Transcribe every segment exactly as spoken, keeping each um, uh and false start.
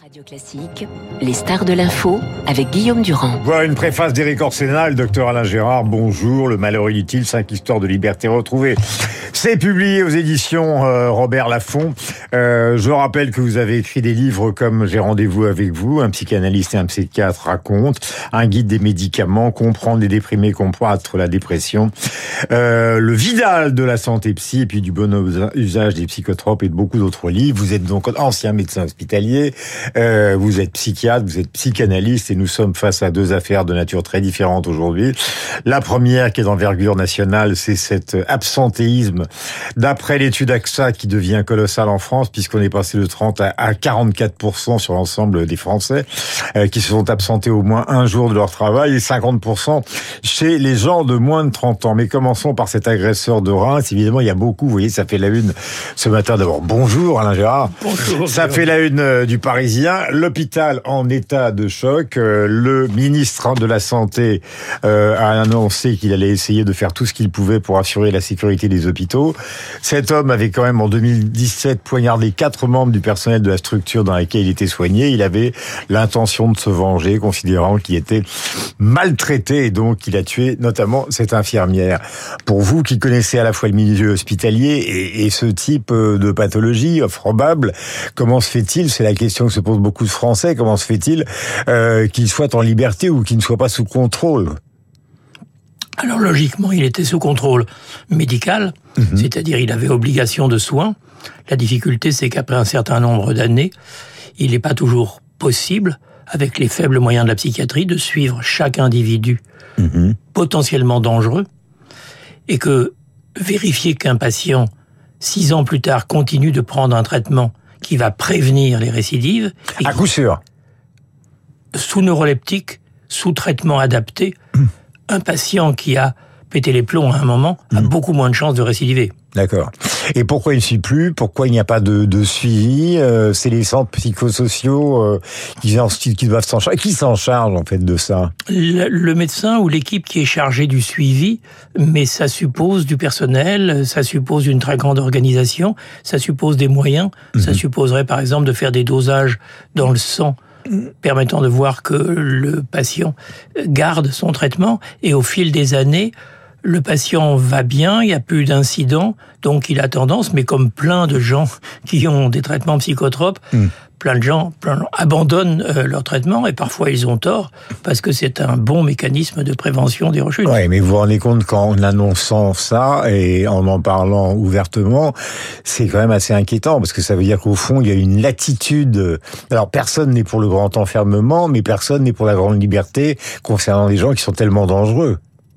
Radio Classique, les stars de l'info avec Guillaume Durand. Voilà une préface d'Éric Orsena, le docteur Alain Gérard. Bonjour, le malheur inutile, cinq histoires de liberté retrouvée. C'est publié aux éditions euh, Robert Laffont. Euh, je rappelle que vous avez écrit des livres comme J'ai rendez-vous avec vous, un psychanalyste et un psychiatre racontent, un guide des médicaments, comprendre les déprimés, combattre la dépression, euh, le Vidal de la santé psy et puis du bon usage des psychotropes et de beaucoup d'autres livres. Vous êtes donc ancien médecin hospitalier, euh, vous êtes psychiatre, vous êtes psychanalyste et nous sommes face à deux affaires de nature très différente aujourd'hui. La première qui est d'envergure nationale, c'est cet absentéisme d'après l'étude A X A qui devient colossal en France puisqu'on est passé de trente à quarante-quatre pour cent sur l'ensemble des Français euh, qui se sont absentés au moins un jour de leur travail et cinquante pour cent chez les gens de moins de trente ans. Mais commençons par cet agresseur de Reims. Évidemment, il y a beaucoup, vous voyez, ça fait la une ce matin. D'abord, bonjour Alain Gérard. Bonjour. Ça fait la une euh, du Parisien. L'hôpital en état de choc. Euh, le ministre de la Santé euh, a annoncé qu'il allait essayer de faire tout ce qu'il pouvait pour assurer la sécurité des hôpitaux. Cet homme avait quand même en deux mille dix-sept poignardé quatre membres du personnel de la structure dans laquelle il était soigné. Il avait l'intention de se venger, considérant qu'il était maltraité et donc il a tué notamment cette infirmière. Pour vous qui connaissez à la fois le milieu hospitalier et, et ce type de pathologie probable, comment se fait-il, c'est la question que se posent beaucoup de Français, comment se fait-il euh, qu'il soit en liberté ou qu'il ne soit pas sous contrôle ? Alors logiquement, il était sous contrôle médical, mmh. c'est-à-dire il avait obligation de soins. La difficulté, c'est qu'après un certain nombre d'années, il n'est pas toujours possible, avec les faibles moyens de la psychiatrie, de suivre chaque individu mmh. potentiellement dangereux, et que vérifier qu'un patient, six ans plus tard, continue de prendre un traitement qui va prévenir les récidives... À coup sûr. Sous neuroleptique, sous traitement adapté... Mmh. Un patient qui a pété les plombs à un moment a mmh. beaucoup moins de chances de récidiver. D'accord. Et pourquoi il ne suit plus ? Pourquoi il n'y a pas de, de suivi ? euh, C'est les centres psychosociaux euh, qui, qui doivent s'en charger. Qui s'en charge en fait de ça ? le, le médecin ou l'équipe qui est chargée du suivi, mais ça suppose du personnel, ça suppose une très grande organisation, ça suppose des moyens, mmh. ça supposerait par exemple de faire des dosages dans le sang permettant de voir que le patient garde son traitement et au fil des années, le patient va bien, il n'y a plus d'incidents, donc il a tendance, mais comme plein de gens qui ont des traitements psychotropes, mmh. plein de gens, plein de gens abandonnent euh, leur traitement et parfois ils ont tort parce que c'est un bon mécanisme de prévention des rechutes. Oui, mais vous vous rendez compte qu'en annonçant ça et en en parlant ouvertement, c'est quand même assez inquiétant parce que ça veut dire qu'au fond, il y a une latitude. Alors personne n'est pour le grand enfermement, mais personne n'est pour la grande liberté concernant des gens qui sont tellement dangereux.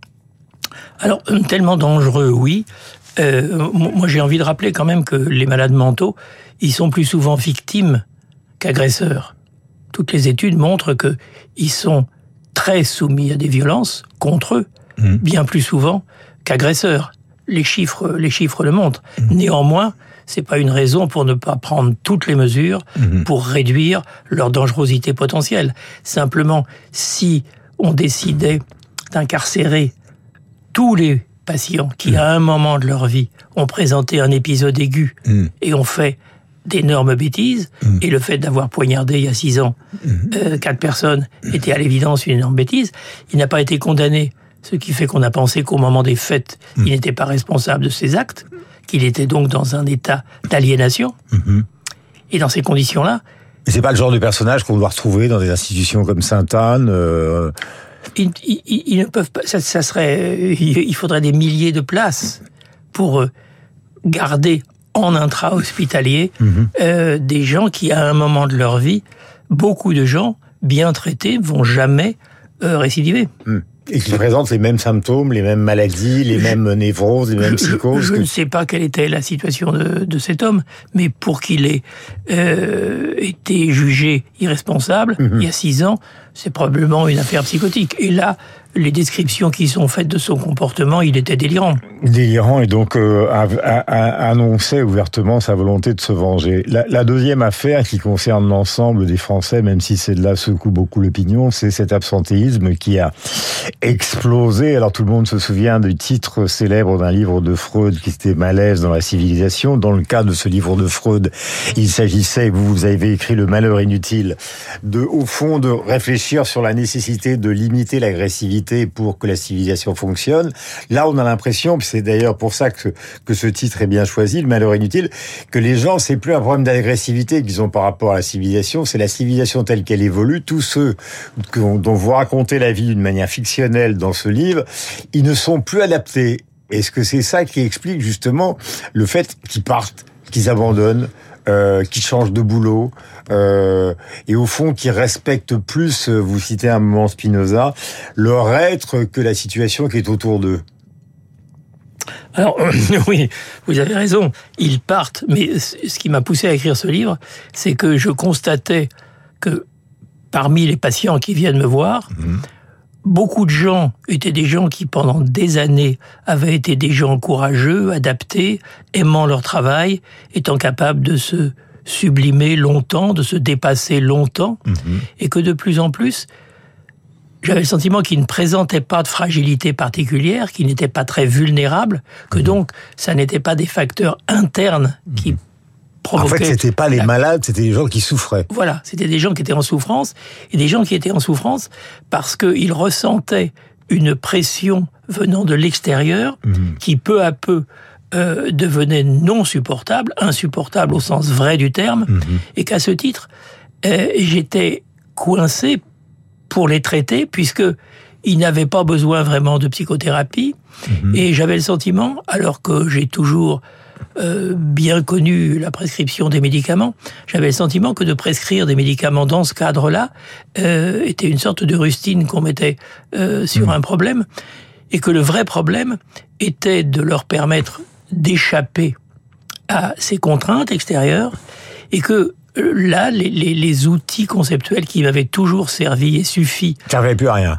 Alors, tellement dangereux, oui. Euh, moi, j'ai envie de rappeler quand même que les malades mentaux, ils sont plus souvent victimes qu'agresseurs. Toutes les études montrent que ils sont très soumis à des violences contre eux, mmh. bien plus souvent qu'agresseurs. Les chiffres, les chiffres le montrent. Mmh. Néanmoins, c'est pas une raison pour ne pas prendre toutes les mesures mmh. pour réduire leur dangerosité potentielle. Simplement, si on décidait d'incarcérer tous les patients qui, mmh. à un moment de leur vie, ont présenté un épisode aigu mmh. et ont fait d'énormes bêtises, mmh. et le fait d'avoir poignardé il y a six ans mmh. euh, quatre personnes était à l'évidence une énorme bêtise, il n'a pas été condamné, ce qui fait qu'on a pensé qu'au moment des faits, mmh. il n'était pas responsable de ses actes, qu'il était donc dans un état d'aliénation. Mmh. Et dans ces conditions-là... Mais c'est pas le genre de personnage qu'on doit retrouver dans des institutions comme Sainte-Anne... Euh... Ils, ils, ils ne peuvent pas. Ça, ça serait. Il faudrait des milliers de places pour garder en intra-hospitalier mmh. euh, des gens qui, à un moment de leur vie, beaucoup de gens bien traités vont jamais euh, récidiver. Mmh. Et qui présentent les mêmes symptômes, les mêmes maladies, les je, mêmes névroses, les mêmes psychoses. Je, je que... ne sais pas quelle était la situation de, de cet homme, mais pour qu'il ait euh, été jugé irresponsable, mmh. il y a six ans, c'est probablement une affaire psychotique. Et là, les descriptions qui sont faites de son comportement, il était délirant. Délirant, et donc euh, a, a, a annoncé ouvertement sa volonté de se venger. La, la deuxième affaire qui concerne l'ensemble des Français, même si celle-là secoue beaucoup l'opinion, c'est cet absentéisme qui a explosé. Alors tout le monde se souvient du titre célèbre d'un livre de Freud qui était Malaise dans la civilisation. Dans le cas de ce livre de Freud, il s'agissait, vous, vous avez écrit Le malheur inutile, de, au fond, de réfléchir sur la nécessité de limiter l'agressivité pour que la civilisation fonctionne. Là, on a l'impression, c'est d'ailleurs pour ça que, que ce titre est bien choisi, Le malheur inutile, que les gens, c'est plus un problème d'agressivité qu'ils ont par rapport à la civilisation, c'est la civilisation telle qu'elle évolue. Tous ceux dont vous racontez la vie d'une manière fictionnelle dans ce livre, ils ne sont plus adaptés. Est-ce que c'est ça qui explique justement le fait qu'ils partent, qu'ils abandonnent, Euh, qui changent de boulot, euh, et au fond qui respectent plus, vous citez un moment Spinoza, leur être que la situation qui est autour d'eux? Alors, oui, vous avez raison, ils partent, mais ce qui m'a poussé à écrire ce livre, c'est que je constatais que parmi les patients qui viennent me voir, mmh. beaucoup de gens étaient des gens qui, pendant des années, avaient été des gens courageux, adaptés, aimant leur travail, étant capables de se sublimer longtemps, de se dépasser longtemps, mmh. et que de plus en plus, j'avais le sentiment qu'ils ne présentaient pas de fragilité particulière, qu'ils n'étaient pas très vulnérables, que mmh. donc ça n'était pas des facteurs internes qui mmh. En fait, c'était pas les malades, c'était les gens qui souffraient. Voilà, c'était des gens qui étaient en souffrance, et des gens qui étaient en souffrance parce qu'ils ressentaient une pression venant de l'extérieur, mmh. qui peu à peu euh, devenait non supportable, insupportable au sens vrai du terme, mmh. et qu'à ce titre, euh, j'étais coincé pour les traiter, puisque ils n'avaient pas besoin vraiment de psychothérapie, mmh. et j'avais le sentiment, alors que j'ai toujours Euh, bien connu la prescription des médicaments, j'avais le sentiment que de prescrire des médicaments dans ce cadre-là euh, était une sorte de rustine qu'on mettait euh, sur mmh. un problème, et que le vrai problème était de leur permettre d'échapper à ces contraintes extérieures, et que euh, là, les, les, les outils conceptuels qui m'avaient toujours servi et suffi... Ça servait plus à rien.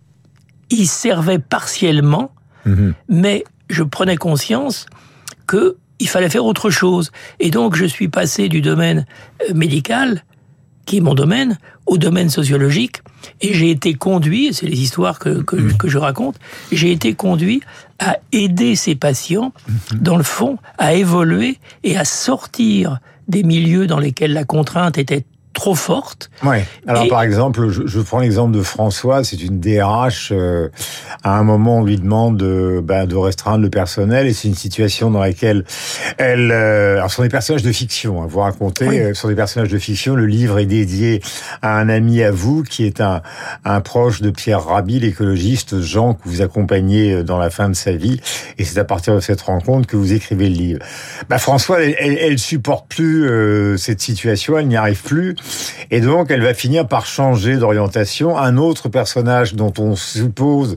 Ils servaient partiellement, mmh. mais je prenais conscience que il fallait faire autre chose. Et donc, je suis passé du domaine médical, qui est mon domaine, au domaine sociologique, et j'ai été conduit, c'est les histoires que, que, que je raconte, j'ai été conduit à aider ces patients, dans le fond, à évoluer et à sortir des milieux dans lesquels la contrainte était trop forte. Ouais. Alors et... par exemple, je, je prends l'exemple de Françoise, c'est une D R H. Euh, à un moment, on lui demande de, bah, de restreindre le personnel, et c'est une situation dans laquelle elle. Euh, alors, ce sont des personnages de fiction. Hein, vous racontez, oui. euh, ce sont des personnages de fiction. Le livre est dédié à un ami à vous qui est un un proche de Pierre Rabhi, l'écologiste, Jean, que vous accompagnez dans la fin de sa vie, et c'est à partir de cette rencontre que vous écrivez le livre. Bah, Françoise, elle, elle, elle supporte plus euh, cette situation, elle n'y arrive plus. Et donc, elle va finir par changer d'orientation. Un autre personnage dont on suppose,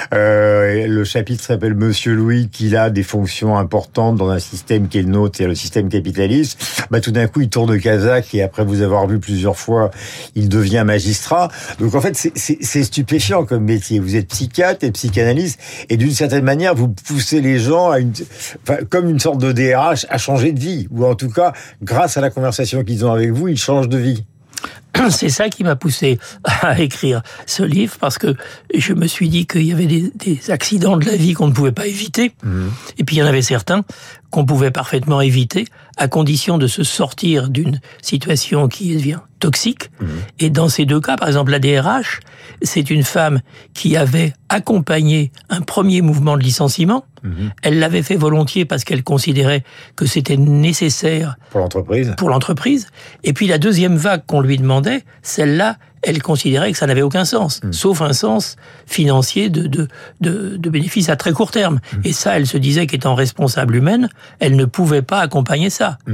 euh, le chapitre s'appelle Monsieur Louis, qu'il a des fonctions importantes dans un système qui est le nôtre, c'est le système capitaliste. Bah, tout d'un coup, il tourne Kazakh, et après vous avoir vu plusieurs fois, il devient magistrat. Donc, en fait, c'est, c'est, c'est stupéfiant comme métier. Vous êtes psychiatre et psychanalyste, et d'une certaine manière, vous poussez les gens à une, enfin, comme une sorte de D R H, à changer de vie. Ou en tout cas, grâce à la conversation qu'ils ont avec vous, ils changent de vie. C'est ça qui m'a poussé à écrire ce livre, parce que je me suis dit qu'il y avait des, des accidents de la vie qu'on ne pouvait pas éviter, mmh. et puis il y en avait certains qu'on pouvait parfaitement éviter, à condition de se sortir d'une situation qui devient toxique. Mmh. Et dans ces deux cas, par exemple, la D R H, c'est une femme qui avait accompagné un premier mouvement de licenciement. Mmh. Elle l'avait fait volontiers parce qu'elle considérait que c'était nécessaire pour l'entreprise. Pour l'entreprise. Et puis la deuxième vague qu'on lui demandait, celle-là, elle considérait que ça n'avait aucun sens, mmh. sauf un sens financier de, de, de, de bénéfices à très court terme. Mmh. Et ça, elle se disait qu'étant responsable humaine, elle ne pouvait pas accompagner ça. Mmh.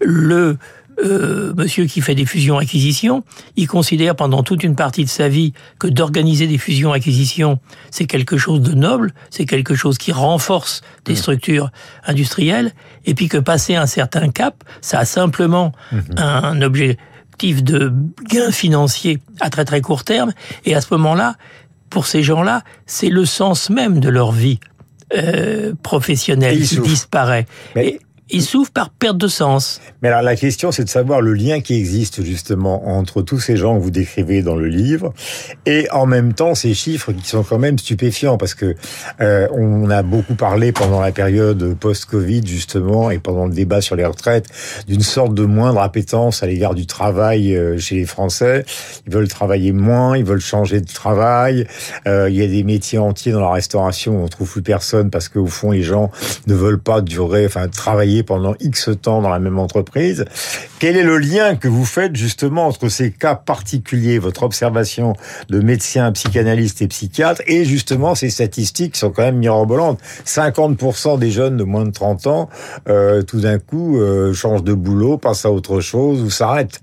Le euh, monsieur qui fait des fusions-acquisitions, il considère pendant toute une partie de sa vie que d'organiser des fusions-acquisitions, c'est quelque chose de noble, c'est quelque chose qui renforce des mmh. structures industrielles, et puis que passer un certain cap, ça a simplement mmh. un objet objectif de gain financier à très très court terme. Et à ce moment-là, pour ces gens-là, c'est le sens même de leur vie euh, professionnelle qui disparaît. Mais... Et, ils souffrent par perte de sens. Mais alors la question, c'est de savoir le lien qui existe justement entre tous ces gens que vous décrivez dans le livre et en même temps ces chiffres qui sont quand même stupéfiants parce que euh, on a beaucoup parlé pendant la période post-Covid justement et pendant le débat sur les retraites d'une sorte de moindre appétence à l'égard du travail chez les Français. Ils veulent travailler moins, ils veulent changer de travail. Euh, il y a des métiers entiers dans la restauration où on trouve plus personne parce qu'au fond les gens ne veulent pas durer, enfin travailler pendant X temps dans la même entreprise. Quel est le lien que vous faites justement entre ces cas particuliers, votre observation de médecin, psychanalyste et psychiatre, et justement ces statistiques qui sont quand même mirobolantes. cinquante pour cent des jeunes de moins de trente ans, euh, tout d'un coup, euh, changent de boulot, passent à autre chose ou s'arrêtent.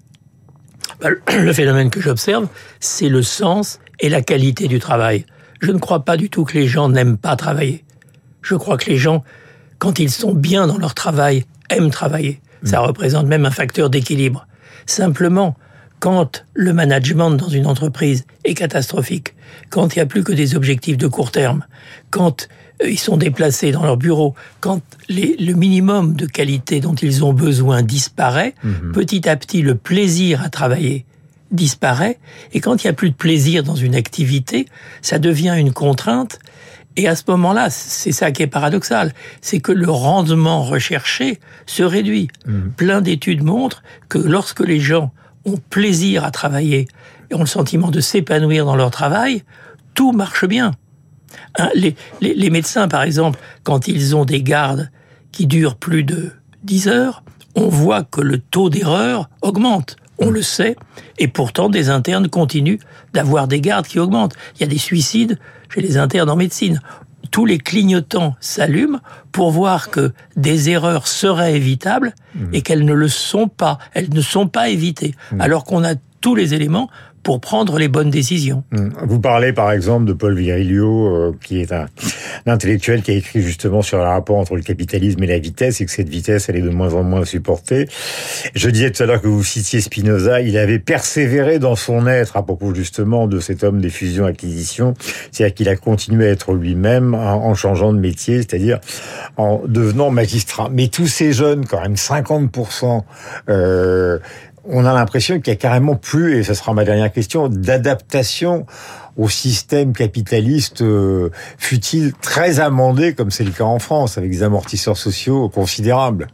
Le phénomène que j'observe, c'est le sens et la qualité du travail. Je ne crois pas du tout que les gens n'aiment pas travailler. Je crois que les gens, quand ils sont bien dans leur travail, aiment travailler. Ça représente même un facteur d'équilibre. Simplement, quand le management dans une entreprise est catastrophique, quand il n'y a plus que des objectifs de court terme, quand ils sont déplacés dans leur bureau, quand les, le minimum de qualité dont ils ont besoin disparaît, mmh. petit à petit, le plaisir à travailler disparaît. Et quand il n'y a plus de plaisir dans une activité, ça devient une contrainte. Et à ce moment-là, c'est ça qui est paradoxal, c'est que le rendement recherché se réduit. Mmh. Plein d'études montrent que lorsque les gens ont plaisir à travailler et ont le sentiment de s'épanouir dans leur travail, tout marche bien. Hein, les, les, les médecins, par exemple, quand ils ont des gardes qui durent plus de dix heures, on voit que le taux d'erreur augmente. On le sait, et pourtant des internes continuent d'avoir des gardes qui augmentent. Il y a des suicides chez les internes en médecine. Tous les clignotants s'allument pour voir que des erreurs seraient évitables mmh. et qu'elles ne le sont pas. Elles ne sont pas évitées, mmh. alors qu'on a tous les éléments pour prendre les bonnes décisions. Vous parlez par exemple de Paul Virilio, euh, qui est un, un intellectuel qui a écrit justement sur le rapport entre le capitalisme et la vitesse, et que cette vitesse, elle est de moins en moins supportée. Je disais tout à l'heure que vous citiez Spinoza, il avait persévéré dans son être à propos justement de cet homme des fusions-acquisitions, c'est-à-dire qu'il a continué à être lui-même en, en changeant de métier, c'est-à-dire en devenant magistrat. Mais tous ces jeunes, quand même cinquante pour cent, euh, on a l'impression qu'il y a carrément plus, et ce sera ma dernière question, d'adaptation au système capitaliste, euh, fut-il très amendé, comme c'est le cas en France, avec des amortisseurs sociaux considérables.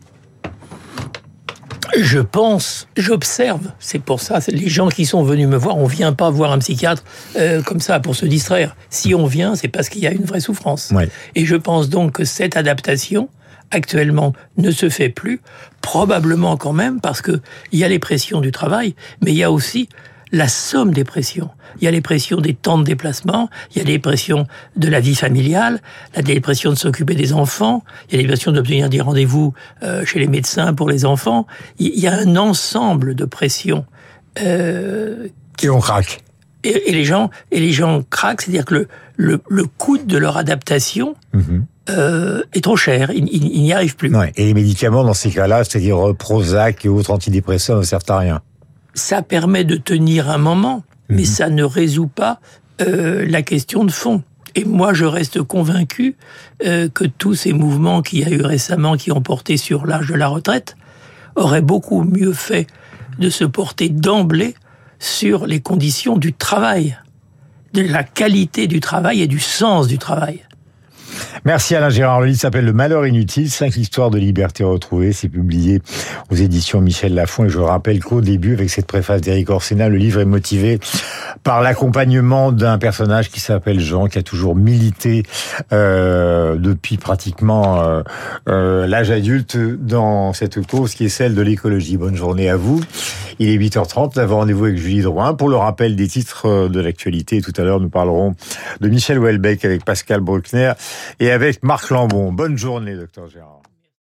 Je pense, j'observe, c'est pour ça, c'est les gens qui sont venus me voir, on vient pas voir un psychiatre euh, comme ça pour se distraire. Si on vient, c'est parce qu'il y a une vraie souffrance. Ouais. Et je pense donc que cette adaptation, actuellement, ne se fait plus, probablement quand même parce que il y a les pressions du travail, mais il y a aussi la somme des pressions. Il y a les pressions des temps de déplacement, il y a les pressions de la vie familiale, il y a les pressions de s'occuper des enfants, il y a les pressions d'obtenir des rendez-vous euh, chez les médecins pour les enfants. Il y a un ensemble de pressions euh, qui on craque. Et, et les gens et les gens craquent, c'est-à-dire que le le, le coût de leur adaptation mmh. Euh, est trop cher, il, il, il n'y arrive plus. Ouais. Et les médicaments dans ces cas-là, c'est-à-dire Prozac et autres antidépresseurs, ne servent à rien. Ça permet de tenir un moment, mmh. mais ça ne résout pas euh, la question de fond. Et moi, je reste convaincu euh, que tous ces mouvements qu'il y a eu récemment, qui ont porté sur l'âge de la retraite, auraient beaucoup mieux fait de se porter d'emblée sur les conditions du travail, de la qualité du travail et du sens du travail. Merci Alain Gérard. Le livre s'appelle Le Malheur inutile, cinq histoires de liberté retrouvées. C'est publié aux éditions Michel Lafon. Et je rappelle qu'au début, avec cette préface d'Éric Orsena, le livre est motivé par l'accompagnement d'un personnage qui s'appelle Jean, qui a toujours milité euh, depuis pratiquement euh, euh, l'âge adulte dans cette cause qui est celle de l'écologie. Bonne journée à vous. Il est huit heures trente. Nous avons rendez-vous avec Julie Drouin pour le rappel des titres de l'actualité. Et tout à l'heure, nous parlerons de Michel Houellebecq avec Pascal Bruckner et avec Marc Lambon. Bonne journée, docteur Gérard.